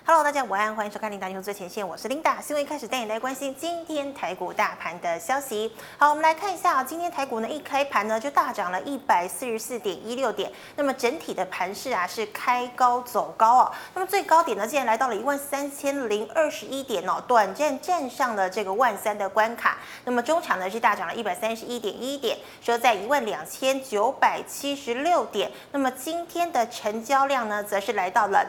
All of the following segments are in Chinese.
Hello， 大家午安，欢迎收看琳达新闻最前线，我是琳达。新闻一开始带你来关心今天台股大盘的消息。好，我们来看一下今天台股呢一开盘呢就大涨了144.16点，那么整体的盘势是开高走高哦。那么最高点呢竟然来到了13021点哦，短暂站上了这个13000的关卡。那么中场呢是大涨了131.1点，收在12976点。那么今天的成交量呢则是来到了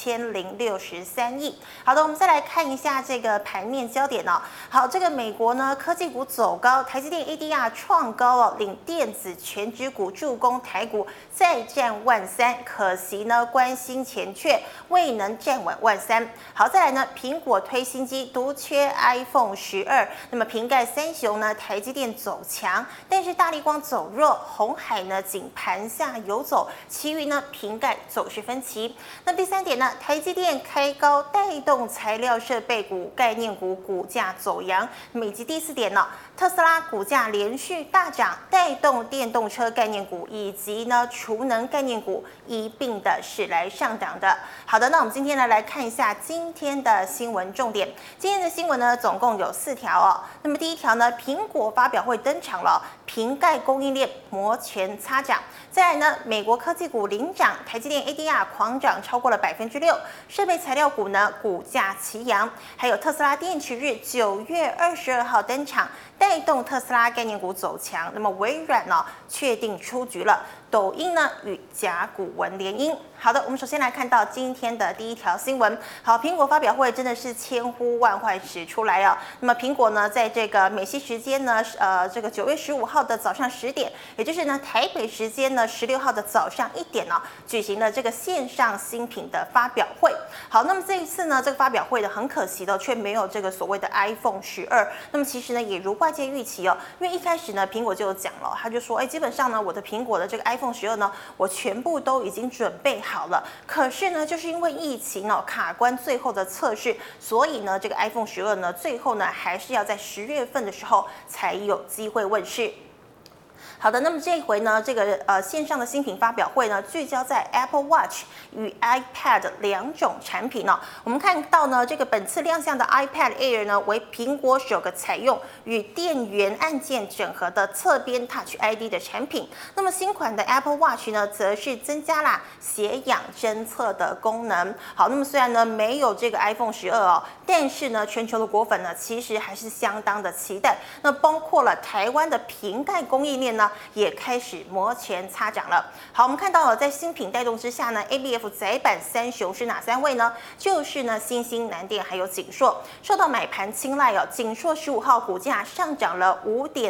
2063亿。好的，我们再来看一下这个盘面焦点哦。好，这个美国呢科技股走高，台积电 ADR 创高哦，领电子全指股助攻台股再战13000，可惜呢关心前却未能站稳13000。好，再来呢苹果推新机，独缺 iPhone 12，那么瓶盖三雄呢台积电走强，但是大立光走弱，鸿海呢仅盘下游走，其余呢瓶盖走势分歧。那第三点呢，台积电开高带动材料设备股、概念股股价走扬。那么以及第四点呢，特斯拉股价连续大涨，带动电动车概念股以及呢储能概念股一并的是来上涨的。好的，那我们今天呢来看一下今天的新闻重点。今天的新闻呢总共有4条哦。那么第一条呢，苹果发表会登场了，瓶盖供应链摩拳擦掌。再来呢，美国科技股领涨，台积电 ADR 狂涨超过了6%，设备材料股呢股价齐扬，还有特斯拉电池日9月22号登场，带动特斯拉概念股走强。那么微软呢确定出局了，抖音呢与甲骨文联姻。好的，我们首先来看到今天的第一条新闻。好，苹果发表会真的是千呼万唤始出来哦。那么苹果呢，在这个美西时间呢，这个9月15号的早上10点，也就是呢台北时间呢16号的早上1点呢，举行了这个线上新品的发表会。好，那么这一次呢，这个发表会呢，很可惜的却没有这个所谓的 iPhone 12。那么其实呢，也如外界预期哦，因为一开始呢，苹果就有讲了，他就说，基本上呢，我的苹果的这个 iPhone 12呢，我全部都已经准备好了。可是呢，就是因为疫情哦卡关最后的测试，所以呢，这个 iPhone 12呢，最后呢还是要在10月份的时候才有机会问世。好的，那么这一回呢，这个线上的新品发表会呢，聚焦在 Apple Watch 与 iPad 2种产品呢。我们看到呢，这个本次亮相的 iPad Air 呢，为苹果首个采用与电源按键整合的侧边 Touch ID 的产品。那么新款的 Apple Watch 呢，则是增加了血氧侦测的功能。好，那么虽然呢没有这个 iPhone 12哦，但是呢，全球的果粉呢，其实还是相当的期待。那包括了台湾的瓶盖供应链呢，也开始摩拳擦掌了。好，我们看到了在新品带动之下呢 ，ABF 载板三雄是哪3位呢？就是呢，新兴、南电还有景硕，受到买盘青睐哦。景硕15号股价上涨了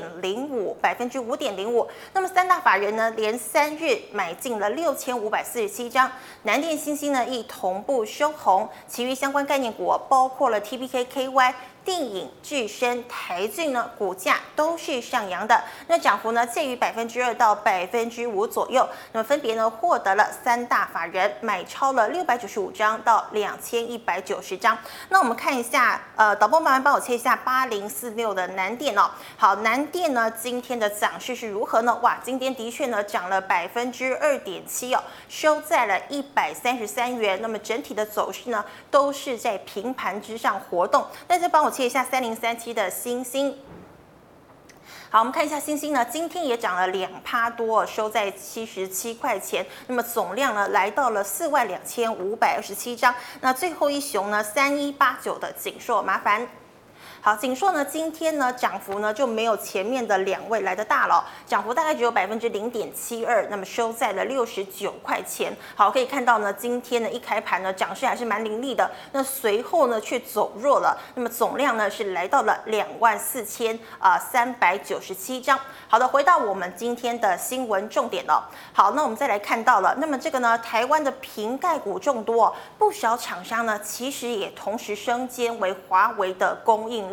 5.05%，那么3大法人呢，连3日买进了6547张，南电、新兴呢亦同步收红，其余相关概念股包括了 TPK、KY。电影、智深、台骏呢，股价都是上扬的，那涨幅呢介于2%到5%左右。那么分别呢获得了3大法人买超了695张到2190张。那我们看一下，导播麻烦帮我切一下8046的南电哦。好，南电呢今天的涨势是如何呢？哇，今天的确呢涨了2.7%哦，收在了133元。那么整体的走势呢都是在平盘之上活动。那再帮我切一下3037的星星。好，我们看一下星星呢，今天也涨了2%多，收在77块钱。那么总量呢，来到了42527张。那最后一雄呢，3189的景硕，麻烦。好，景硕呢，今天呢涨幅呢就没有前面的2位来的大了，涨幅大概只有0.72%，那么收在了69块钱。好，可以看到呢，今天呢一开盘呢涨势还是蛮凌厉的，那随后呢却走弱了，那么总量呢是来到了24397张。好的，回到我们今天的新闻重点了。好，那我们再来看到了，那么这个呢，台湾的瓶盖股众多，不少厂商呢其实也同时身兼为华为的供应链。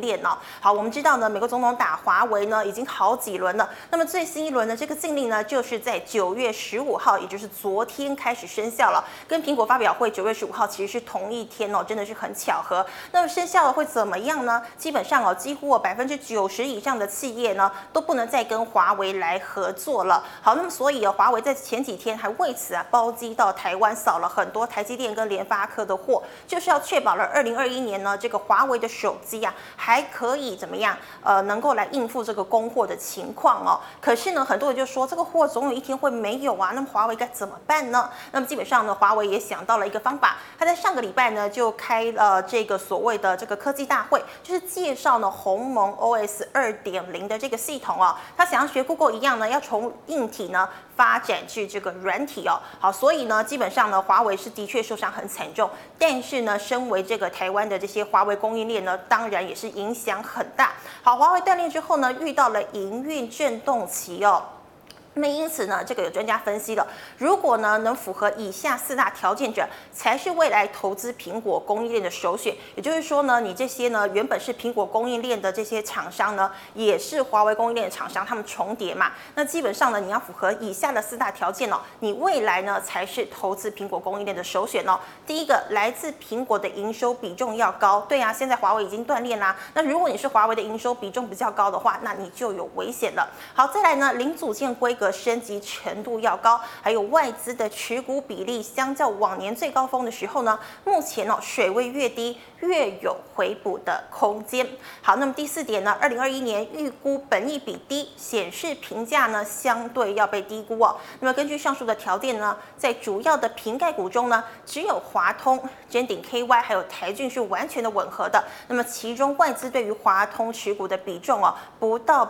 链哦。好，我们知道呢，美国总统打华为呢已经好几轮了，那么最新一轮的这个禁令呢，就是在9月15号，也就是昨天开始生效了，跟苹果发表会9月15号其实是同一天哦，真的是很巧合。那么生效了会怎么样呢？基本上哦，几乎90%以上的企业呢都不能再跟华为来合作了。好，那么所以华为在前几天还为此包机到台湾，扫了很多台积电跟联发科的货，就是要确保了2021年呢这个华为的手机还可以怎么样能够来应付这个供货的情况哦。可是呢，很多人就说这个货总有一天会没有啊，那么华为该怎么办呢？那么基本上呢，华为也想到了一个方法，他在上个礼拜呢就开了这个所谓的这个科技大会，就是介绍呢鸿蒙 OS 2.0的这个系统哦，他想要学 Google 一样呢，要从硬体呢发展至这个软体哦。好，所以呢，基本上呢，华为是的确受伤很惨重，但是呢，身为这个台湾的这些华为供应链呢，当然也是影响很大。好，华为断链之后呢，遇到了营运震动期哦。那么因此呢，这个有专家分析了，如果呢能符合以下4大条件者，才是未来投资苹果供应链的首选。也就是说呢，你这些呢原本是苹果供应链的这些厂商呢，也是华为供应链的厂商，他们重叠嘛。那基本上呢，你要符合以下的4大条件哦，你未来呢才是投资苹果供应链的首选哦。第一个，来自苹果的营收比重要高。对啊，现在华为已经断链啦。那如果你是华为的营收比重比较高的话，那你就有危险了。好，再来呢，零组件规格升级程度要高，还有外资的持股比例相较往年最高峰的时候呢，目前水位越低，越有回补的空间。好，那么第4点呢，2021年预估本益比低，显示评价呢相对要被低估哦。那么根据上述的条件呢，在主要的瓶盖股中呢，只有华通、臻鼎 KY 还有台骏是完全的吻合的。那么其中外资对于华通持股的比重不到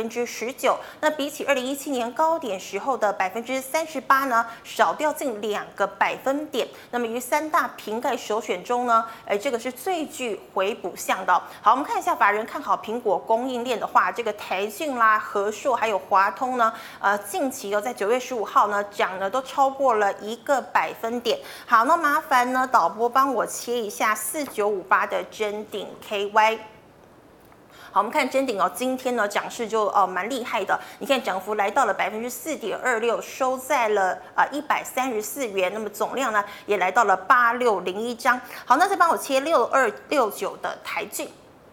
19%，那比起2017年高点时候的38%呢，少掉近2个百分点。那么于3大瓶盖首选中呢，这个是最具回补项的哦。好，我们看一下法人看好苹果供应链的话，这个台骏啦、和硕还有华通呢，近期在9月15号呢涨的都超过了1个百分点。好，那麻烦呢导播帮我切一下4958的臻鼎 KY。好，我们看臻鼎今天呢涨势就蛮厉害的，你看涨幅来到了4.26%，收在了134元，那么总量呢也来到了8601张。好，那再帮我切6269的台骏。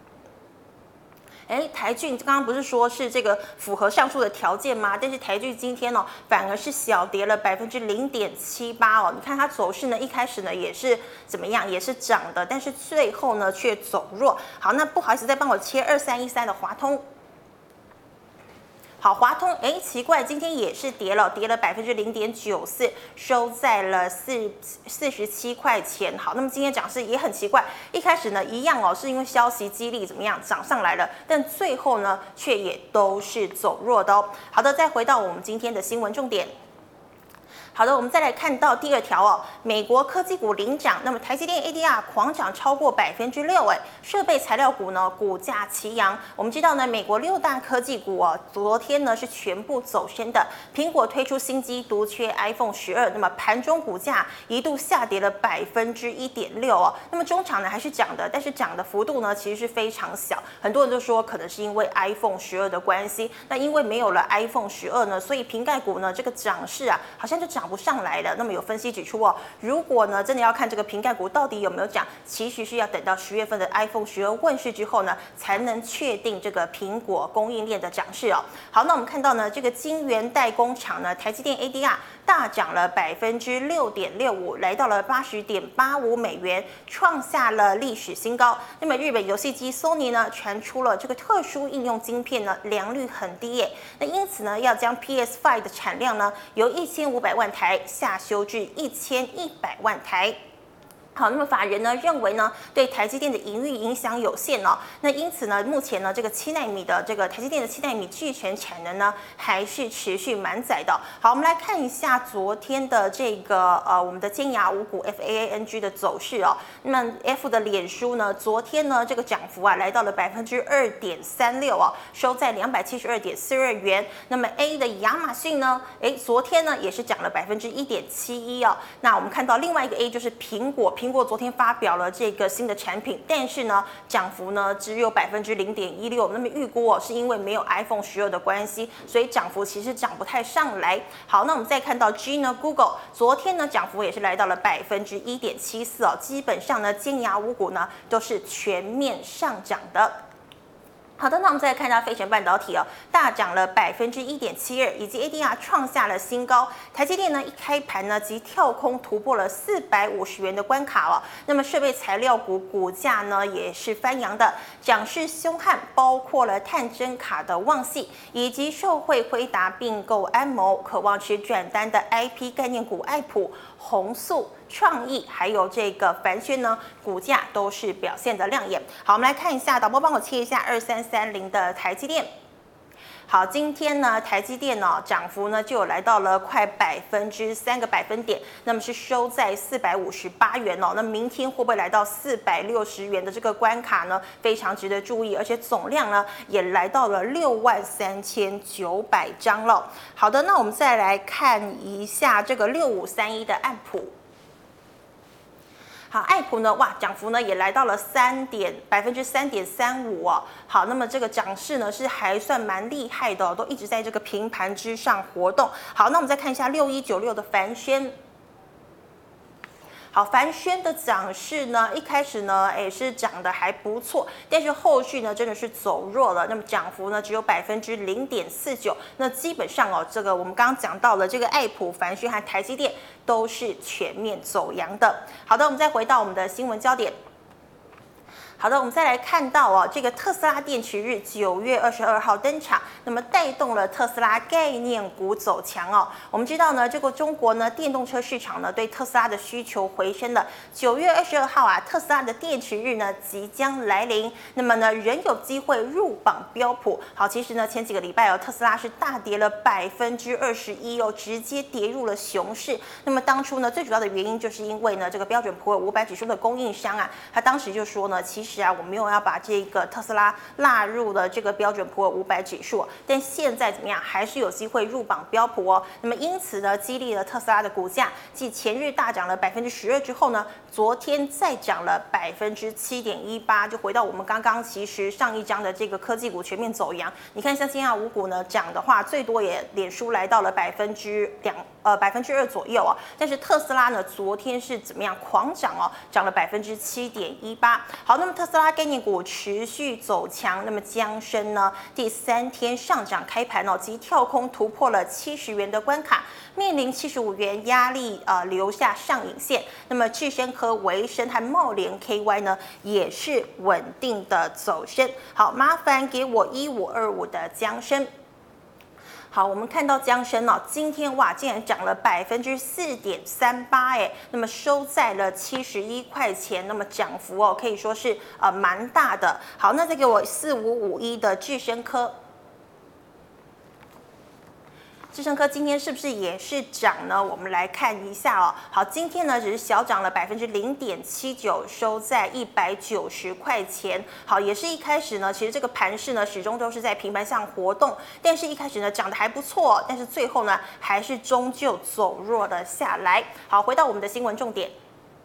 台骏刚刚不是说是这个符合上述的条件吗？但是台骏今天反而是小跌了0.78%哦。你看它走势呢，一开始呢也是怎么样，也是涨的，但是最后呢却走弱。好，那不好意思，再帮我切2313的华通。好，华通，奇怪，今天也是跌了0.94%，收在了47块钱。好，那么今天涨势也很奇怪，一开始呢一样是因为消息激励怎么样涨上来了，但最后呢却也都是走弱的哦。好的，再回到我们今天的新闻重点。好的，我们再来看到第2条美国科技股领涨，那么台积电 ADR 狂涨超过6%，设备材料股呢股价齐扬。我们知道呢，美国6大科技股昨天呢是全部走升的，苹果推出新机独缺 iPhone 12，那么盘中股价一度下跌了1.6%那么中场呢还是涨的，但是涨的幅度呢其实是非常小，很多人都说可能是因为 iPhone 12的关系，那因为没有了 iPhone 12呢，所以瓶盖股呢这个涨势好像就涨不上来了。那么有分析指出如果呢真的要看这个瓶盖股到底有没有涨，其实是要等到10月份的 iPhone 12问世之后呢，才能确定这个苹果供应链的涨势哦。好，那我们看到呢，这个晶圆代工厂呢，台积电 ADR 大涨了6.65%，来到了80.85美元，创下了历史新高。那么日本游戏机 Sony 呢，传出了这个特殊应用晶片呢，良率很低耶。那因此呢，要将 PS5 的产量呢，由1500万台下修至1100万台。好，那么法人呢认为呢，对台积电的营运影响有限哦。那因此呢，目前呢这个7奈米的这个台积电的7奈米制程产能呢，还是持续满载的。好，我们来看一下昨天的这个我们的尖牙五股 FAANG 的走势哦。那么 F 的脸书呢，昨天呢这个涨幅来到了2.36%收在272.42元。那么 A 的亚马逊呢，昨天呢也是涨了1.71%哦。那我们看到另外一个 A 就是苹果苹果昨天发表了这个新的产品，但是呢，涨幅呢只有0.16%。那么预估是因为没有 iPhone 12的关系，所以涨幅其实涨不太上来。好，那我们再看到 G 呢 ，Google 昨天呢涨幅也是来到了1.74%基本上呢尖牙五股呢都是全面上涨的。好的，那我们再来看一下费城半导体大涨了1.72%，以及 ADR 创下了新高。台积电呢一开盘呢即跳空突破了450元的关卡那么设备材料股股价呢也是翻扬的，涨势凶悍，包括了探针卡的旺系，以及受惠辉达并购安谋，渴望持转单的 IP 概念股爱普、宏塑、创意还有这个凡轩呢，股价都是表现的亮眼。好，我们来看一下，导播帮我切一下2330的台积电。好，今天呢，台积电涨幅呢就有来到了快3个百分点，那么是收在458元那明天会不会来到460元的这个关卡呢？非常值得注意，而且总量呢也来到了63900张了。好的，那我们再来看一下这个6531的暗普。好，爱普呢，哇，涨幅呢也来到了3.35%好，那么这个涨势呢是还算蛮厉害的都一直在这个平盘之上活动。好，那我们再看一下6196的凡轩。好，凡轩的涨势呢，一开始呢，是涨得还不错，但是后续呢，真的是走弱了。那么涨幅呢，只有0.49%。那基本上这个我们刚刚讲到了，这个爱普、凡轩和台积电都是全面走阳的。好的，我们再回到我们的新闻焦点。好的，我们再来看到这个特斯拉电池日9月22号登场，那么带动了特斯拉概念股走强我们知道呢，这个中国呢电动车市场呢对特斯拉的需求回升了。9月22号特斯拉的电池日呢即将来临，那么呢仍有机会入榜标普。好，其实呢前几个礼拜特斯拉是大跌了21%直接跌入了熊市。那么当初呢最主要的原因就是因为呢这个标准普尔500指数的供应商他当时就说呢，其实我没有要把这个特斯拉纳入了这个标准普尔500指数，但现在怎么样，还是有机会入榜标普那么因此呢，激励了特斯拉的股价，继前日大涨了12%之后呢，昨天再涨了7.18%，就回到我们刚刚其实上一章的这个科技股全面走阳。你看像尖牙五股呢，涨的话最多也脸书来到了2%左右但是特斯拉呢，昨天是怎么样狂涨涨了7.18%。好，那么特斯拉概念股持续走强，那么江生呢，第3天上涨开盘即跳空突破了70元的关卡，面临75元压力留下上影线。那么智深科、维生和茂联 KY 呢，也是稳定的走升。好，麻烦给我1525的江生。好，我们看到江生今天哇竟然涨了4.38%那么收在了71块钱，那么涨幅可以说是蛮大的。好，那再给我4551的智深科。智深科今天是不是也是涨呢？我们来看一下好，今天呢只是小涨了0.79%，收在190块钱。好，也是一开始呢，其实这个盘势呢始终都是在平盘上活动，但是一开始呢涨得还不错，但是最后呢还是终究走弱了下来。好，回到我们的新闻重点。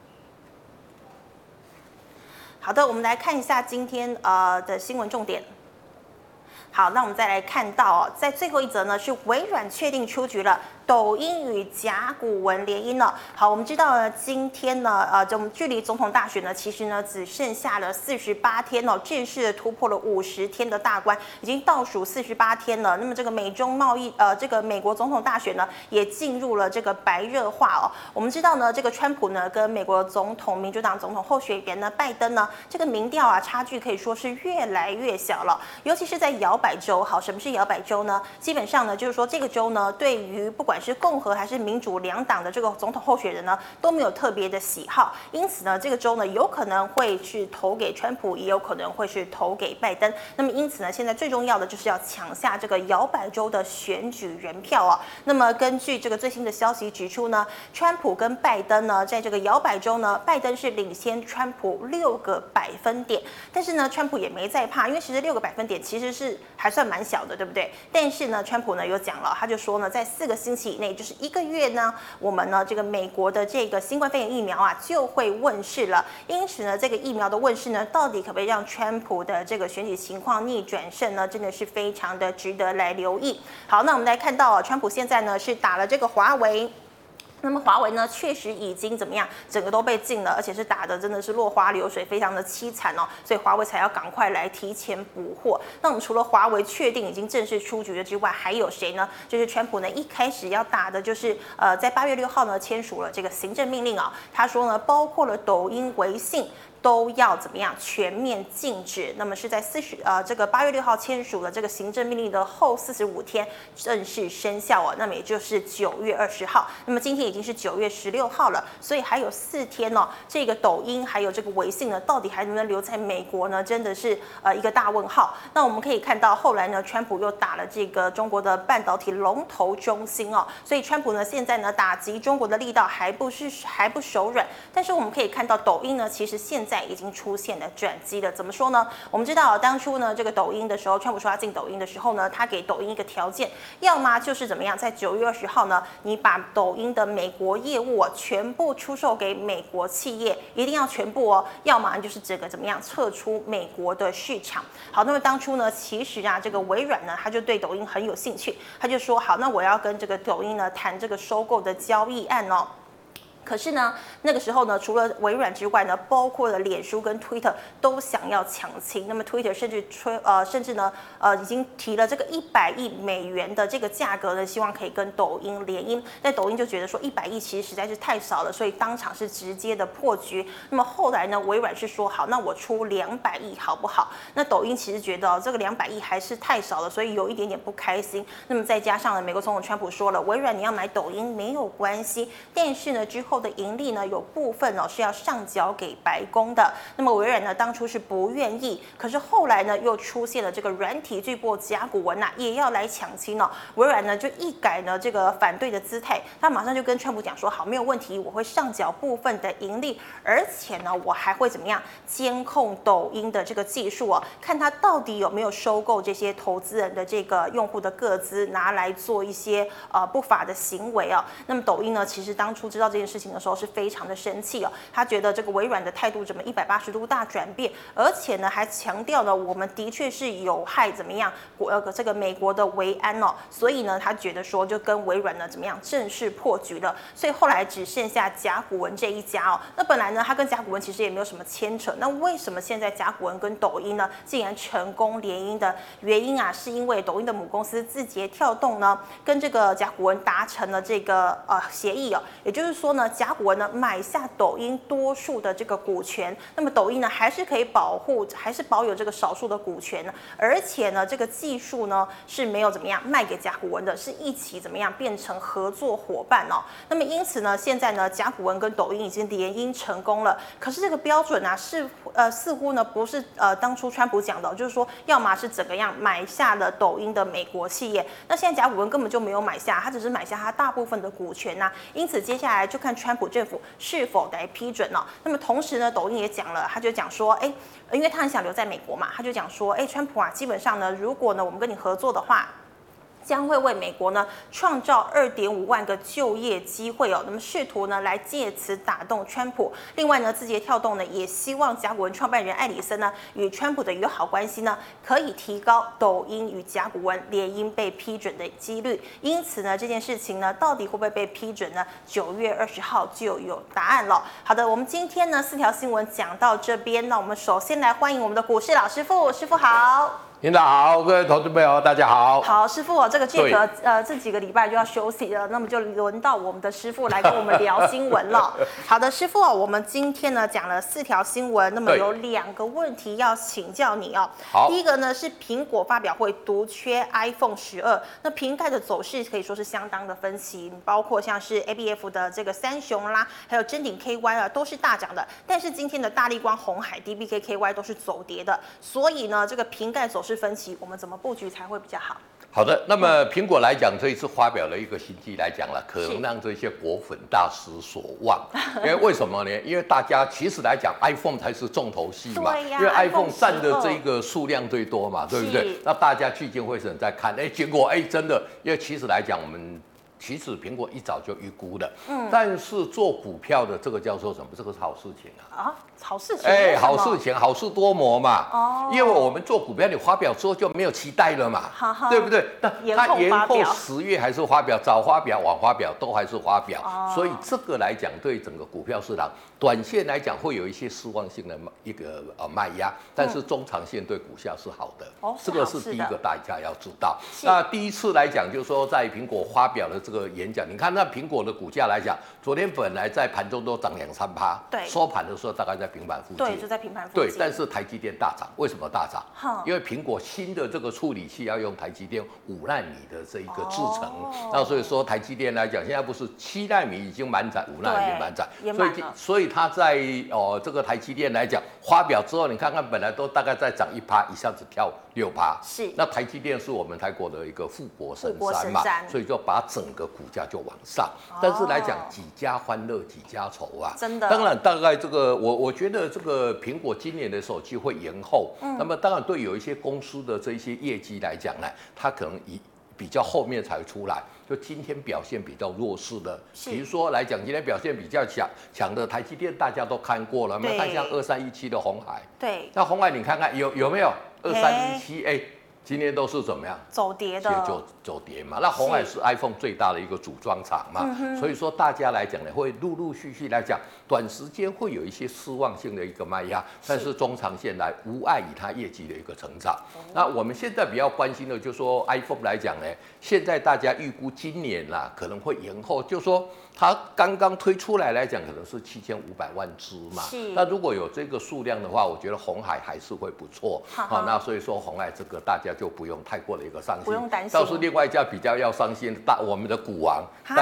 好的，我们来看一下今天的新闻重点。好，那我们再来看到在最后一则呢，是微软确定出局了抖音与甲骨文联姻了。好，我们知道呢，今天呢，我们距离总统大选呢，其实呢只剩下了48天正式的突破了50天的大关，已经倒数48天了。那么这个美中贸易，这个美国总统大选呢，也进入了这个白热化我们知道呢，这个川普呢跟美国总统民主党总统候选人呢拜登呢，这个民调差距可以说是越来越小了，尤其是在摇摆州。好，什么是摇摆州呢？基本上呢，就是说这个州呢，对于不管是共和还是民主两党的这个总统候选人呢，都没有特别的喜好，因此呢，这个州呢有可能会是投给川普，也有可能会是投给拜登。那么因此呢，现在最重要的就是要抢下这个摇摆州的选举人票那么根据这个最新的消息指出呢，川普跟拜登呢，在这个摇摆州呢，拜登是领先川普6个百分点，但是呢，川普也没在怕，因为其实6个百分点其实是还算蛮小的，对不对？但是呢，川普呢有讲了，他就说呢，在4个星期期以内，就是1个月呢，我们呢这个美国的这个新冠肺炎疫苗啊就会问世了。因此呢，这个疫苗的问世呢，到底可不可以让川普的这个选举情况逆转胜呢？真的是非常的值得来留意。好，那我们来看到川普现在呢是打了这个华为。那么华为呢，确实已经怎么样，整个都被禁了，而且是打的真的是落花流水，非常的凄惨哦，所以华为才要赶快来提前补货。那我们除了华为确定已经正式出局了之外，还有谁呢？就是川普呢一开始要打的就是在8月6号呢签署了这个行政命令啊，他说呢，包括了抖音、微信。都要怎么样全面禁止？那么是在这个8月6号签署了这个行政命令的后45天正式生效哦。那么也就是9月20号。那么今天已经是9月16号了，所以还有4天哦。这个抖音还有这个微信呢，到底还能不能留在美国呢？真的是一个大问号。那我们可以看到后来呢，川普又打了这个中国的半导体龙头中芯哦，所以川普呢现在呢打击中国的力道还不手软。但是我们可以看到抖音呢，其实现在已经出现了转机了。怎么说呢？我们知道当初呢，这个抖音的时候，川普说他进抖音的时候呢，他给抖音一个条件，要么就是怎么样，在9月20号呢，你把抖音的美国业务全部出售给美国企业，一定要全部哦，要么就是整个怎么样撤出美国的市场。好，那么当初呢，其实啊，这个微软呢，他就对抖音很有兴趣，他就说好，那我要跟这个抖音呢谈这个收购的交易案哦。可是呢，那个时候呢，除了微软之外呢，包括了脸书跟 Twitter 都想要抢亲。那么 Twitter 甚至呢，已经提了这个100亿美元的这个价格呢，希望可以跟抖音联姻。但抖音就觉得说100亿其实实在是太少了，所以当场是直接的破局。那么后来呢，微软是说好，那我出200亿好不好？那抖音其实觉得这个200亿还是太少了，所以有一点点不开心。那么再加上呢，美国总统川普说了，微软你要买抖音没有关系，但是呢之后的盈利呢，有部分是要上缴给白宫的。那么微软呢，当初是不愿意，可是后来呢，又出现了这个软体巨擘甲骨文也要来抢亲哦。微软呢就一改呢这个反对的姿态，他马上就跟川普讲说，好，没有问题，我会上缴部分的盈利，而且呢，我还会怎么样监控抖音的这个技术哦，看他到底有没有收购这些投资人的这个用户的个资，拿来做一些不法的行为哦。那么抖音呢，其实当初知道这件事情的时候是非常的生气哦，他觉得这个微软的态度怎么180度大转变，而且呢还强调了我们的确是有害怎么样这个美国的维安哦，所以呢他觉得说就跟微软呢怎么样正式破局了，所以后来只剩下甲骨文这一家哦。那本来呢他跟甲骨文其实也没有什么牵扯，那为什么现在甲骨文跟抖音呢竟然成功联姻的原因啊，是因为抖音的母公司字节跳动呢跟这个甲骨文达成了这个协议哦，也就是说呢甲骨文呢买下抖音多数的这个股权，那么抖音呢还是可以还是保有这个少数的股权呢，而且呢这个技术呢是没有怎么样卖给甲骨文的，是一起怎么样变成合作伙伴哦。那么因此呢，现在呢甲骨文跟抖音已经联姻成功了，可是这个标准啊似乎呢不是当初川普讲的，就是说要么是怎么样买下了抖音的美国企业，那现在甲骨文根本就没有买下，他只是买下他大部分的股权啊，因此接下来就看川普政府是否来批准哦。那么同时呢，抖音也讲了，他就讲说，因为他很想留在美国嘛，他就讲说，川普啊，基本上呢，如果呢我们跟你合作的话，将会为美国呢创造2.5万个就业机会哦。那么试图呢来借此打动川普。另外呢，字节跳动呢也希望甲骨文创办人艾里森呢与川普的友好关系呢可以提高抖音与甲骨文联姻被批准的几率。因此呢，这件事情呢到底会不会被批准呢？9月20号就有答案了。好的，我们今天呢4条新闻讲到这边，那我们首先来欢迎我们的股市老师傅，师傅好。 领导好，各位投资朋友大家好。 好，师傅这个Jack这几个礼拜就要休息了，那么就轮到我们的师傅来跟我们聊新闻了。好的，师傅我们今天呢讲了4条新闻，那么有2个问题要请教你哦。好，第一个呢是苹果发表会独缺 iPhone 12，那瓶盖的走势可以说是相当的分歧，包括像是 ABF 的这个三雄啦，还有臻鼎 KY 啊都是大涨的，但是今天的大立光、鸿海、DBK KY 都是走跌的，所以呢这个瓶盖走势分歧，我们怎么布局才会比较好？ 好的，那么苹果来讲，这一次发表了一个新机来讲了，可能让这些果粉大失所望。因为什么呢？因为大家其实来讲 ，iPhone 才是重头戏嘛，因为 iPhone 占的这个数量最多嘛，对不对？那大家聚精会神在看，结果真的，因为其实来讲，我们其实苹果一早就预估了，但是做股票的这个叫做什么？这个是好事情啊！ 好事情， 好事情，好事多磨嘛。因为我们做股票，你发表之后就没有期待了嘛，对不对？那它延后10月还是发表，早发表、晚发表都还是发表，所以这个来讲，对整个股票市场短线来讲会有一些失望性的一个卖压，但是中长线对股价是好的。这个是第一个大家要知道。那第一次来讲，就是说在苹果发表的这个演讲，你看那苹果的股价来讲，昨天本来在盘中都涨2-3%，对，收盘的时候大概在平盘附近， 对，就在平盘附近。 对，但是台积电大涨，为什么大涨？因为苹果新的这个处理器要用台积电5奈米的这一个制程，那所以说台积电来讲，现在不是7奈米已经满载，5奈米满载，所以它在这个台积电来讲发表之后，你看看本来都大概在涨1%，一下子跳6%，是。那台积电是我们台国的一个富国神山嘛，所以就把整个股价就往上。但是来讲，几家欢乐几家愁啊，真的。当然，大概这个我觉得这个苹果今年的手机会延后，那么当然对有一些公司的这一些业绩来讲呢，它可能比较后面才出来。就今天表现比较弱势的，比如说来讲，今天表现比较强的台积电，大家都看过了，我们看像2317的鸿海，对，那鸿海你看看有没有2317？今天都是怎么样？走跌的，就走跌嘛。那鸿海是 iPhone 最大的一个组装厂嘛，所以说大家来讲呢，会陆陆续续来讲，短时间会有一些失望性的一个卖压，但是中长线来无碍于它业绩的一个成长。那我们现在比较关心的，就是说 iPhone 来讲呢，现在大家预估今年啦可能会延后，就是说它刚刚推出来讲，可能是7500万只嘛。那如果有这个数量的话，我觉得鸿海还是会不错。好，那所以说鸿海这个大家就不用太过的一个伤心，不用担心。倒是另外一家比较要伤心的我们的股王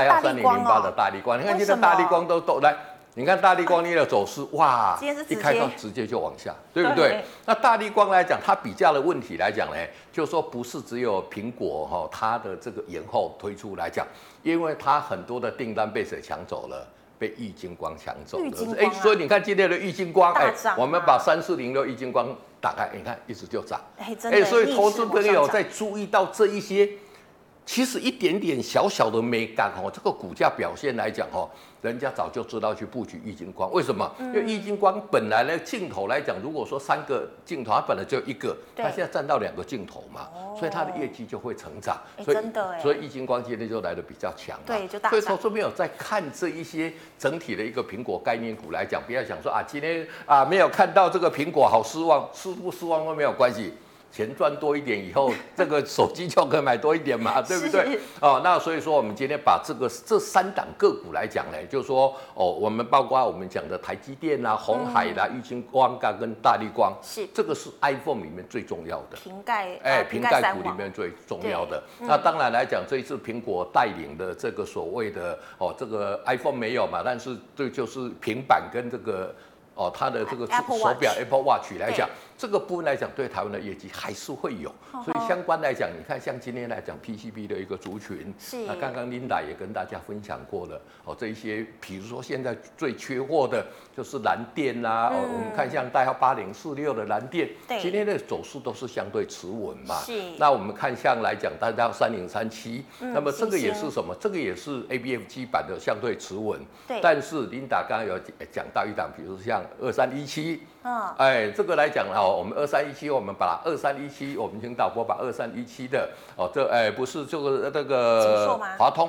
，3008的大立光，你看今天大立光都来，你看大立光你的走势，哇，一开放直接就往下，对不对？那大立光来讲，它比较的问题来讲呢，就是说不是只有苹果它的这个延后推出来讲，因为它很多的订单被谁抢走了？被玉晶光抢走了，所以你看今天的玉晶光，我们把3406玉晶光打开，你看一直就涨，所以投资朋友在注意到这一些，其实一点点小小的美感这个股价表现来讲人家早就知道去布局玉晶光，为什么？因为玉晶光本来呢镜头来讲，如果说3个镜头，它本来就1个，它现在占到2个镜头嘛，所以它的业绩就会成长。所以玉晶光今天就来的比较强，对，就大涨。所以投资朋友在看这一些整体的一个苹果概念股来讲，不要想说今天没有看到这个苹果好失望，失不失望都没有关系。钱赚多一点以后，这个手机就可以买多一点嘛，对不对？那所以说我们今天把这3档个股来讲呢，就是说我们包括我们讲的台积电啦、鸿海啦、玉晶光跟大立光，是这个是 iPhone 里面最重要的瓶盖股里面最重要的。那当然来讲，这一次苹果带领的这个所谓的这个 iPhone 没有嘛，但是这就是平板跟这个。它的这个手表 Apple Watch 来讲，这个部分来讲，对台湾的业绩还是会有。所以相关来讲，你看像今天来讲 PCB 的一个族群，那刚刚 Linda 也跟大家分享过了。这一些，比如说现在最缺货的就是蓝电啦，我们看像代号8046的蓝电，今天的走势都是相对持稳嘛。那我们看像来讲代号3037，那么这个也是什么？这个也是 ABF 基板的相对持稳。但是 Linda 刚刚有讲到一档，比如像2317，这个来讲我们2317，我们把2317，我们请导播把2317的不是这个华通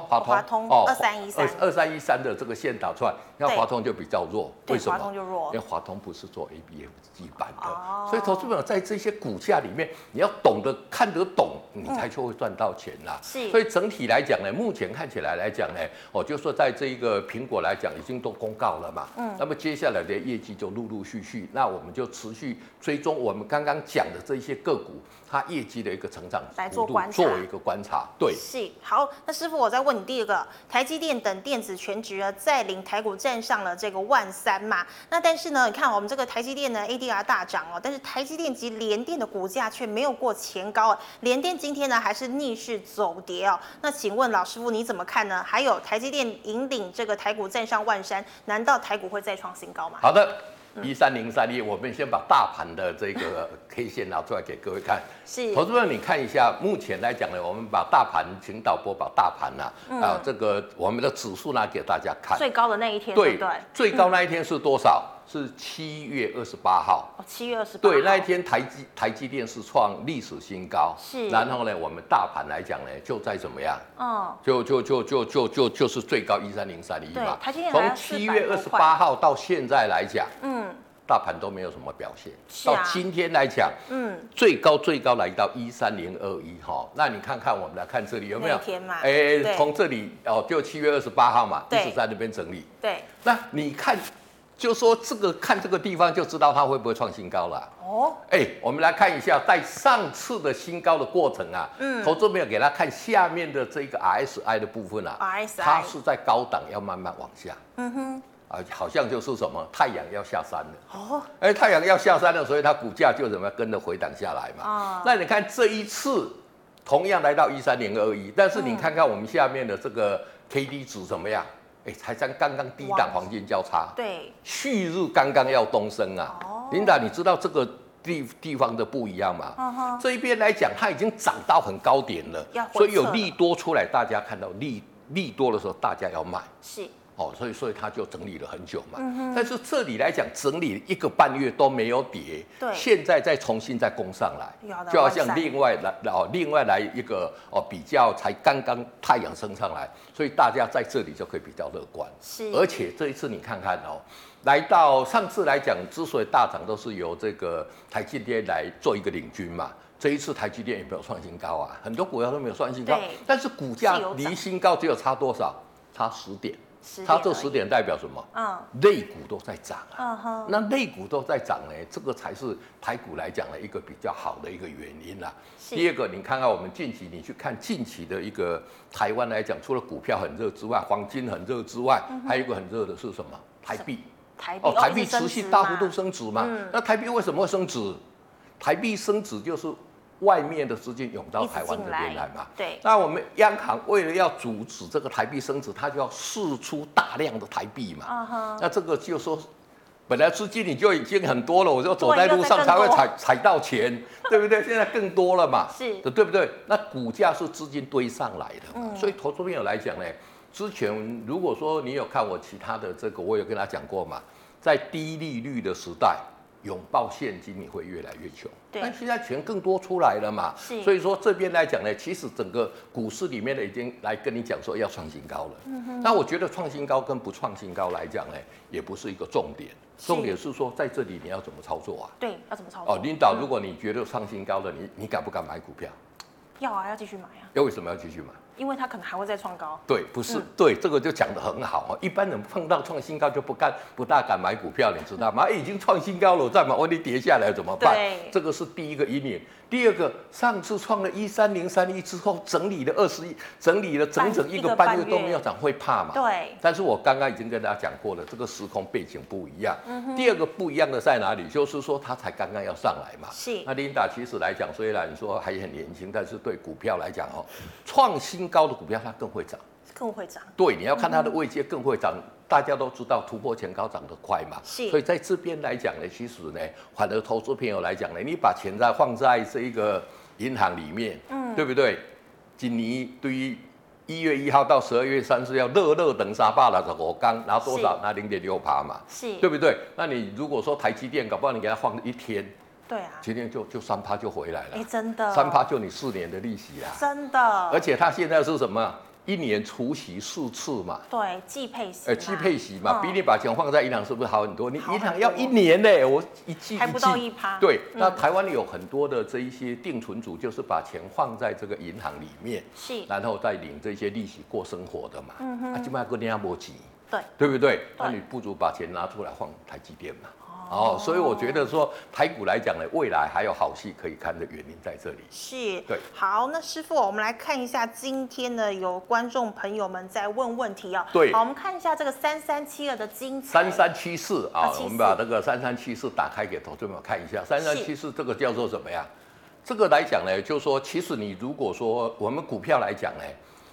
2313的这个线导出来，那华通就比较弱，为什么？因为华通不是做 ABF 基板的，所以投资朋友在这些股价里面，你要懂得看得懂，你才就会赚到钱啦。所以整体来讲呢，目前看起来来讲呢，就说在这一个苹果来讲，已经都公告了嘛，那么接下来的业绩就陆陆续续，那我们就持续追踪我们刚刚讲的这些个股，它业绩的一个成长幅度，作为一个观察。对， 是好。那师傅，我再问你第二个，台积电等电子全值呢，再领台股站上了这个13000嘛？那但是呢，你看我们这个台积电呢 ，ADR 大涨但是台积电及联电的股价却没有过前高联电今天呢还是逆势走跌那请问老师傅你怎么看呢？还有台积电引领这个台股站上13000，难道台股会再创新高吗？ 好的。 13031，我们先把大盘的这个 K 线拿出来给各位看。 是， 投资者你看一下，目前来讲呢，我们把大盘，请导播把大盘这个我们的指数拿给大家看。 最高的那一天，对不对？ 最高那一天是多少？是7月28号。 哦，7月28号。 对，那一天台积电是创历史新高。 是。 然后呢，我们大盘来讲呢，就在怎么样？就是最高13031嘛。 台积电从7月28号到现在来讲，大盘都没有什么表现。到今天来讲，最高来到13021哈。那你看看，我们来看这里有没有？从这里就7月28号嘛，一直在那边整理。 对。那你看。就说看这个地方就知道它会不会创新高了。我们来看一下，在上次的新高的过程啊，投资朋友给他看下面的这个 RSI 的部分啊，它是在高档要慢慢往下。好像就是什么太阳要下山了。太阳要下山了，所以它股价就怎么跟着回档下来嘛。那你看这一次同样来到13021，但是你看看我们下面的这个 KD 值怎么样？才刚刚低档黄金交叉， 对， 旭日刚刚要东升啊。琳达，你知道这个地方的不一样吗？这一边来讲，它已经涨到很高点了，所以有利多出来，大家看到利多的时候，大家要卖。 是。 所以它就整理了很久嘛。但是这里来讲，整理1个半月都没有跌，现在再重新再攻上来，就好像另外来一个比较才刚刚太阳升上来，所以大家在这里就可以比较乐观。 是， 而且这一次你看看来到上次来讲，之所以大涨都是由这个台积电来做一个领军嘛。这一次台积电也没有创新高啊，很多股票都没有创新高，但是股价离新高只有差多少？差10点。它这10点代表什么？类股都在涨啊。那类股都在涨呢，这个才是台股来讲的一个比较好的一个原因啦。第二个，你看看我们近期，你去看近期的一个台湾来讲，除了股票很热之外，黄金很热之外，还有一个很热的是什么？台币。台币持续大幅度升值嘛。那台币为什么会升值？台币升值就是外面的资金涌到台湾这边来嘛。 对。 那我们央行为了要阻止这个台币升值，它就要释出大量的台币嘛。那这个就说，本来资金你就已经很多了，我就走在路上才会踩到钱，对不对？现在更多了嘛，对不对？那股价是资金堆上来的嘛。所以投资朋友来讲呢，之前如果说你有看我其他的这个，我有跟他讲过嘛，在低利率的时代。拥抱现金，你会越来越穷。但现在钱更多出来了嘛，所以说这边来讲呢，其实整个股市里面呢，已经来跟你讲说要创新高了。那我觉得创新高跟不创新高来讲呢，也不是一个重点，重点是说在这里你要怎么操作啊？ 对，要怎么操作？ 领导，如果你觉得创新高了，你敢不敢买股票？ 要啊，要继续买啊。 为什么要继续买？ 因为它可能还会再创高。 对，不是，对，这个就讲得很好一般人碰到创新高就不大敢买股票，你知道吗？已经创新高了，我再买，万一跌下来怎么办？这个是第一个阴影。第二个，上次创了13031之后，整理了整整1个半月都没有涨，会怕嘛？ 对。 但是我刚刚已经跟大家讲过了，这个时空背景不一样。第二个不一样的在哪里？就是说它才刚刚要上来嘛。 是。 那琳达其实来讲，虽然说还很年轻，但是对股票来讲创新高的股票它更会涨。 更会涨。 对，你要看它的位阶更会涨。大家都知道突破前高涨得快嘛，所以在这边来讲呢，其实呢，反而投资朋友来讲呢，你把钱放在这一个银行里面，对不对？今年对于1月1号到12月30要乐等365天，拿多少？拿0.6%嘛，对不对？那你如果说台积电，搞不好你给它放1天， 对啊， 今天就3%就回来了， 真的 ，3%就你4年的利息啦， 真的， 而且它现在是什么？1年除息4次嘛， 对，季配息， 季配息嘛，比你把钱放在银行是不是好很多？你银行要1年呢，我一季还不到1%。 对，那台湾有很多的这一些定存族，就是把钱放在这个银行里面，然后再领这些利息过生活的嘛。基本上跟人家没钱，对不对？那你不如把钱拿出来放台积电嘛。所以我觉得说台股来讲呢，未来还有好戏可以看的原因在这里。 是， 对。 好，那师傅，我们来看一下今天呢，有观众朋友们在问问题对。 好，我们看一下这个3372的精彩。 3374我们把这个3374打开给投资者看一下。3374这个叫做什么呀？这个来讲呢，就是说，其实你如果说我们股票来讲呢，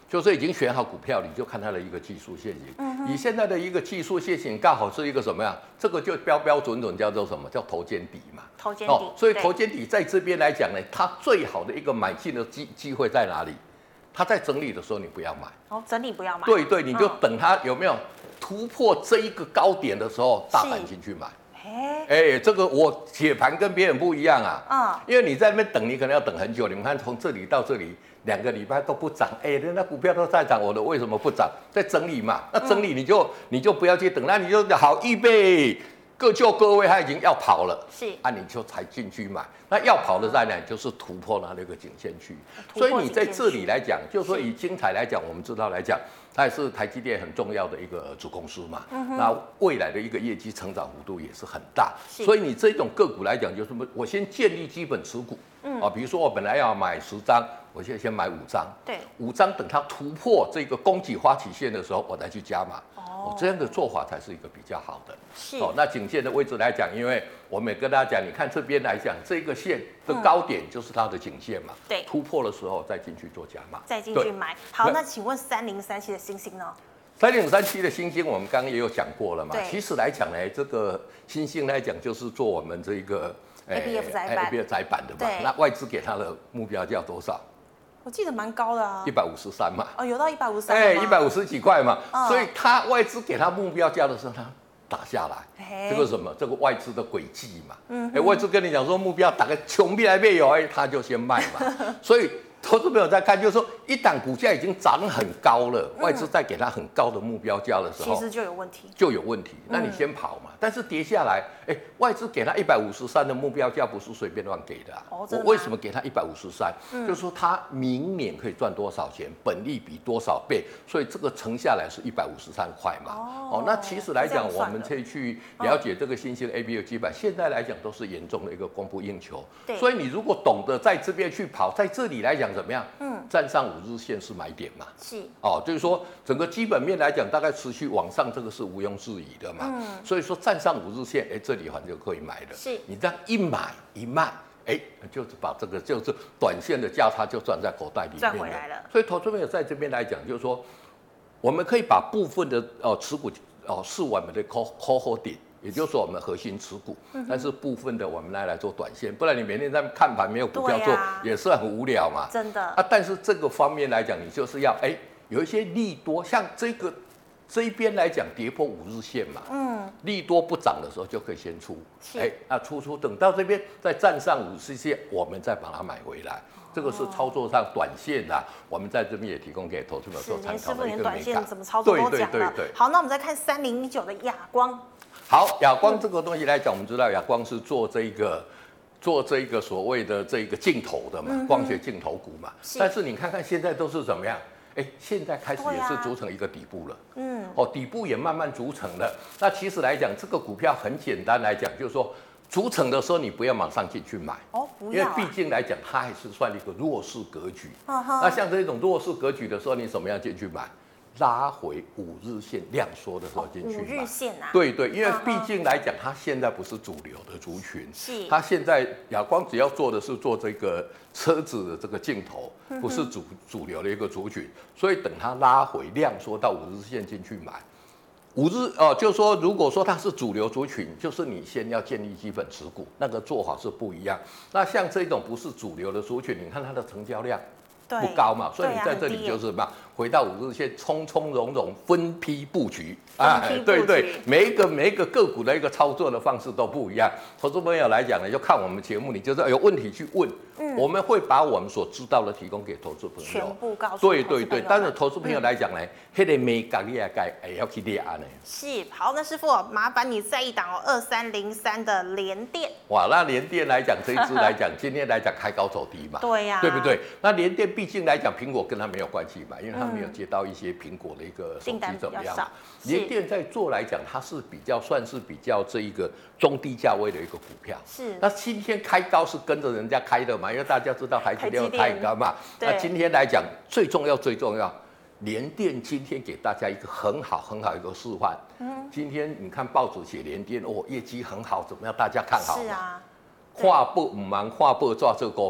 就是已经选好股票，你就看它的一个技术线型。以现在的一个技术线型，刚好是一个什么样？这个就标标准准叫做什么？叫头肩底嘛。 头肩底。 所以头肩底在这边来讲呢，它最好的一个买进的机会在哪里？它在整理的时候你不要买。 整理不要买。 对，你就等它有没有突破这一个高点的时候，大胆进去买。这个我解盘跟别人不一样啊。因为你在那边等，你可能要等很久。你们看，从这里到这里2个礼拜都不涨，那股票都在涨，我的为什么不涨？在整理嘛。那整理你就不要去等，那你就好预备，各就各位，他已经要跑了，你就才进去买。那要跑的在哪？就是突破那个颈线区。所以你在这里来讲，就是说以精彩来讲，我们知道来讲，它也是台积电很重要的一个子公司嘛。那未来的一个业绩成长幅度也是很大。所以你这种个股来讲，就是我先建立基本持股。比如说我本来要买10张，我现在先买5张。对，5张等它突破这个供给发起线的时候，我再去加码。这样的做法才是一个比较好的。那颈线的位置来讲，因为我们也跟大家讲，你看这边来讲，这个线的高点就是它的颈线嘛。对，突破的时候再进去做加码， 再进去买。好，那请问3037的星星呢 ？3037的星星，我们刚刚也有讲过了嘛。其实来讲呢，这个星星来讲就是做我们这个 ABF 载板的嘛。那外资给它的目标价多少？ 我记得蛮高的啊 ，153嘛。 有到153。 150几块嘛。所以它外资给它目标价的时候，它打下来，这个什么？这个外资的轨迹嘛。外资跟你讲说目标打个穷逼来没有，他就先卖嘛。所以投资朋友在看，就是说一档股价已经涨很高了，外资再给它很高的目标价的时候， 其实就有问题。 那你先跑嘛。但是跌下来，外资给它153的目标价不是随便乱给的。我为什么给它153？就是说它明年可以赚多少钱，本利比多少倍，所以这个乘下来是153块嘛。那其实来讲，我们可以去了解这个新兴 ABF 基板，现在来讲都是严重的一个供不应求。所以你如果懂得在这边去跑，在这里来讲怎么样？站上5日线是买点嘛。就是说整个基本面来讲，大概持续往上，这个是毋庸置疑的嘛。所以说站上5日线，这里反正就可以买了。你这样一买一卖，就是把这个就是短线的价差就赚在口袋里面赚回来了。 所以投资朋友在这边来讲，就是说我们可以把部分的持股视为我们的 call holding， 也就是说我们核心持股，但是部分的我们来做短线，不然你每天在看盘没有股票做，也是很无聊嘛。 真的但是这个方面来讲，你就是要有一些利多，像这一边来讲跌破5日线嘛，利多不涨的时候就可以先出，那出等到这边再站上5日线，我们再把它买回来。这个是操作上短线的，我们在这边也提供给投资者做参考的一个美感。 连短线怎么操作都讲了。好，那我们再看3019的亚光。 好，亚光这个东西来讲，我们知道亚光是做这个所谓的这个镜头的嘛，光学镜头股嘛。但是你看看现在都是怎么样？现在开始也是组成一个底部了。底部也慢慢组成了。那其实来讲，这个股票很简单来讲，就是说组成的时候你不要马上进去买。因为毕竟来讲，它还是算一个弱势格局。那像这种弱势格局的时候，你怎么样进去买？拉回5日线量缩的时候进去买。 5日线啊？ 对，因为毕竟来讲，它现在不是主流的族群。它现在亚光只要做的是做这个车子的这个镜头，不是主流的一个族群，所以等它拉回量缩到5日线进去买。就是说，如果说它是主流族群，就是你先要建立基本持股，那个做法是不一样。那像这种不是主流的族群，你看它的成交量不高嘛，所以你在这里就是什么？回到5日线，从容分批布局。对，每一个个股的一个操作的方式都不一样。投资朋友来讲呢，就看我们节目，你就是有问题去问，我们会把我们所知道的提供给投资朋友， 全部告诉。 对，但是投资朋友来讲呢，那个美感你也要去练呢。 是，好，那师傅麻烦你再一档2303的联电。 哇，那联电来讲，这一支来讲，今天来讲开高走低嘛， 对呀， 对不对？那联电毕竟来讲，苹果跟它没有关系嘛，因为它没有接到一些苹果的一个手机怎么样。联电在做来讲，它是算是比较这一个中低价位的一个股票。是。那今天开高是跟着人家开的嘛，因为大家知道台积电开高嘛。那今天来讲，最重要，联电今天给大家一个很好一个示范。今天你看报纸写联电业绩很好，怎么样？大家看好。是啊。话不唔忙，话不抓这个股票。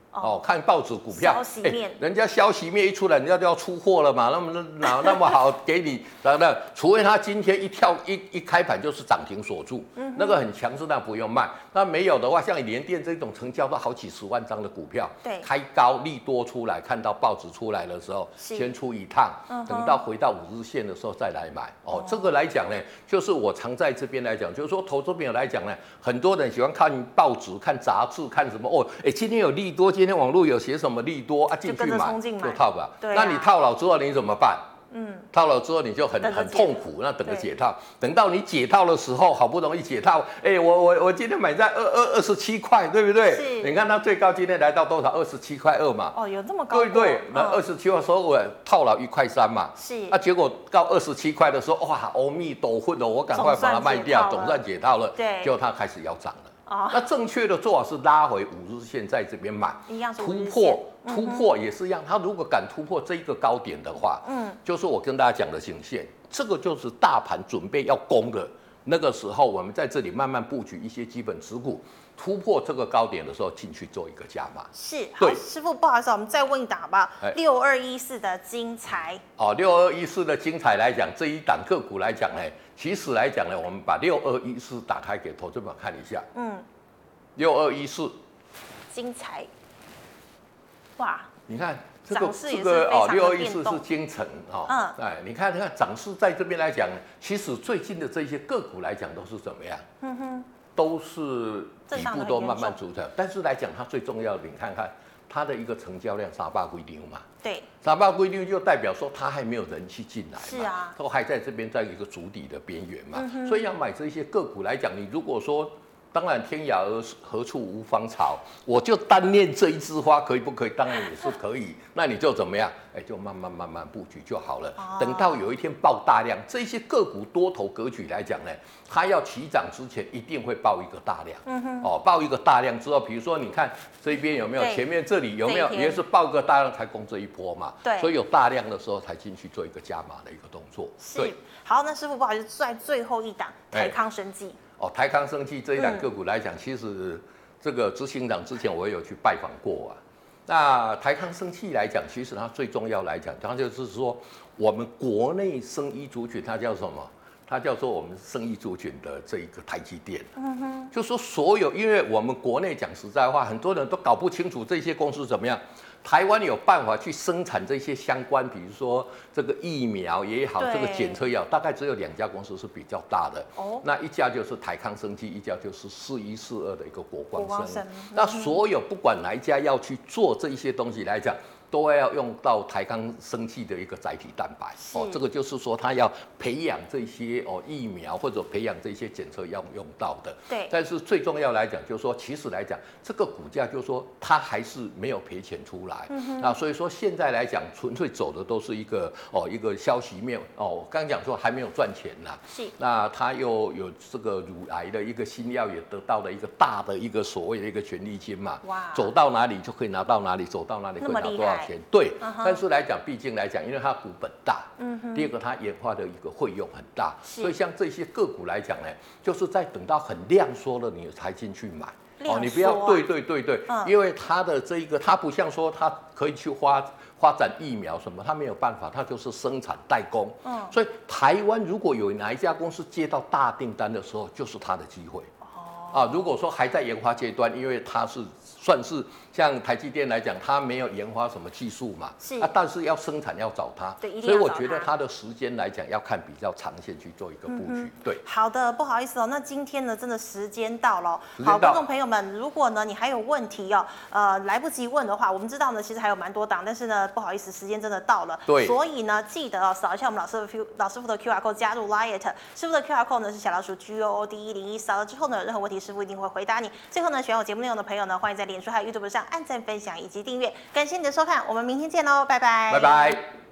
看报纸股票， 消息面， 人家消息面一出来，人家就要出货了嘛，哪那么好给你？除非他今天一开盘就是涨停锁住，那个很强势，那不用卖。那没有的话，像联电这种成交到好几十万张的股票， 对， 开高利多出来，看到报纸出来的时候，先出一趟，等到回到5日线的时候再来买。这个来讲呢，就是我常在这边来讲，就是说投资朋友来讲呢，很多人喜欢看报纸、看杂志、看什么今天有利多，今天网络有写什么利多啊，进去买就套吧。那你套牢之后你怎么办？套牢之后你就很痛苦，那等着解套。等到你解套的时候，好不容易解套，我今天买在27块，对不对？ 是。 你看它最高今天来到多少？27块2嘛。 有这么高？ 对，那27块时候我套牢1块3嘛。 是。 结果到27块的时候，哇，阿弥陀佛，我赶快把它卖掉，总算解套了。 对。 结果它开始要涨了。那正确的做法是拉回5日线，在这边买，突破也是一样。它如果敢突破这一个高点的话，就是我跟大家讲的颈线，这个就是大盘准备要攻的那个时候，我们在这里慢慢布局一些基本持股，突破这个高点的时候进去做一个加码。 是，好，师傅不好意思，我们再问一档吧。6214的精材。 6214的精材来讲，这一档个股来讲呢，其实来讲呢，我们把6214打开给投资者看一下。6214 精材，哇， 你看这个 6214是精城你看涨势在这边来讲，其实最近的这些个股来讲都是怎么样？都是底部都慢慢组成，但是来讲它最重要的，你看看它的一个成交量300几张嘛， 对 ，300几张就代表说它还没有人气进来嘛， 是啊， 都还在这边在一个筑底的边缘嘛，所以要买这些个股来讲，你如果说当然天涯何处无芳草，我就单念这一枝花可以不可以？当然也是可以。那你就怎么样？就慢慢布局就好了。等到有一天爆大量，这些个股多头格局来讲呢，它要起涨之前一定会爆一个大量。爆一个大量之后，比如说你看这边有没有？前面这里有没有？也是爆个大量才攻这一波嘛。 对。 所以有大量的时候才进去做一个加码的一个动作。 是。好，那师傅不好意思，在最后一档台康生技。台康生技这一档个股来讲，其实这个执行长之前我也有去拜访过啊。那台康生技来讲，其实它最重要来讲，它就是说我们国内生医族群，它叫什么？它叫做我们生医族群的这一个台积电。就说所有，因为我们国内讲实在话，很多人都搞不清楚这些公司怎么样。台湾有办法去生产这些相关，比如说这个疫苗也好，这个检测药，大概只有2家公司是比较大的。那一家就是台康生技，一家就是4142的一个国光生。那所有不管哪一家要去做这一些东西来讲，都要用到台康生技的一个载体蛋白。这个就是说他要培养这些疫苗或者培养这些检测要用到的。 对。 但是最重要来讲，就是说其实来讲，这个股价就是说它还是没有赔钱出来。所以说现在来讲，纯粹走的都是一个消息面我刚讲说还没有赚钱啦。 是。那他又有这个乳癌的一个新药也得到了一个大的一个所谓的一个权利金嘛。哇。走到哪里就可以拿到哪里，走到哪里可以拿多少钱。对。但是来讲，毕竟来讲，因为它股本大，第二个它研发的一个费用很大，所以像这些个股来讲呢，就是在等到很量缩了，你才进去买。你不要对，因为它的这一个，它不像说它可以去发展疫苗什么，它没有办法，它就是生产代工。所以台湾如果有哪一家公司接到大订单的时候，就是它的机会。如果说还在研发阶段，因为它是算是像台积电来讲，它没有研发什么技术嘛，但是要生产要找它，所以我觉得它的时间来讲要看比较长线去做一个布局。对， 好的，不好意思那今天呢真的时间到了，好，观众朋友们，如果呢你还有问题来不及问的话，我们知道呢其实还有蛮多档，但是呢不好意思，时间真的到了， 对， 所以呢记得扫一下我们老师傅的 QR code 加入 Light， 师傅的 QR code 呢是小老鼠 GOOD101，扫了之后呢有任何问题师傅一定会回答你。最后呢，喜欢我节目内容的朋友呢，欢迎在脸书还有 YouTube 上按赞、分享以及订阅。感谢你的收看，我们明天见喽，拜拜， 拜拜。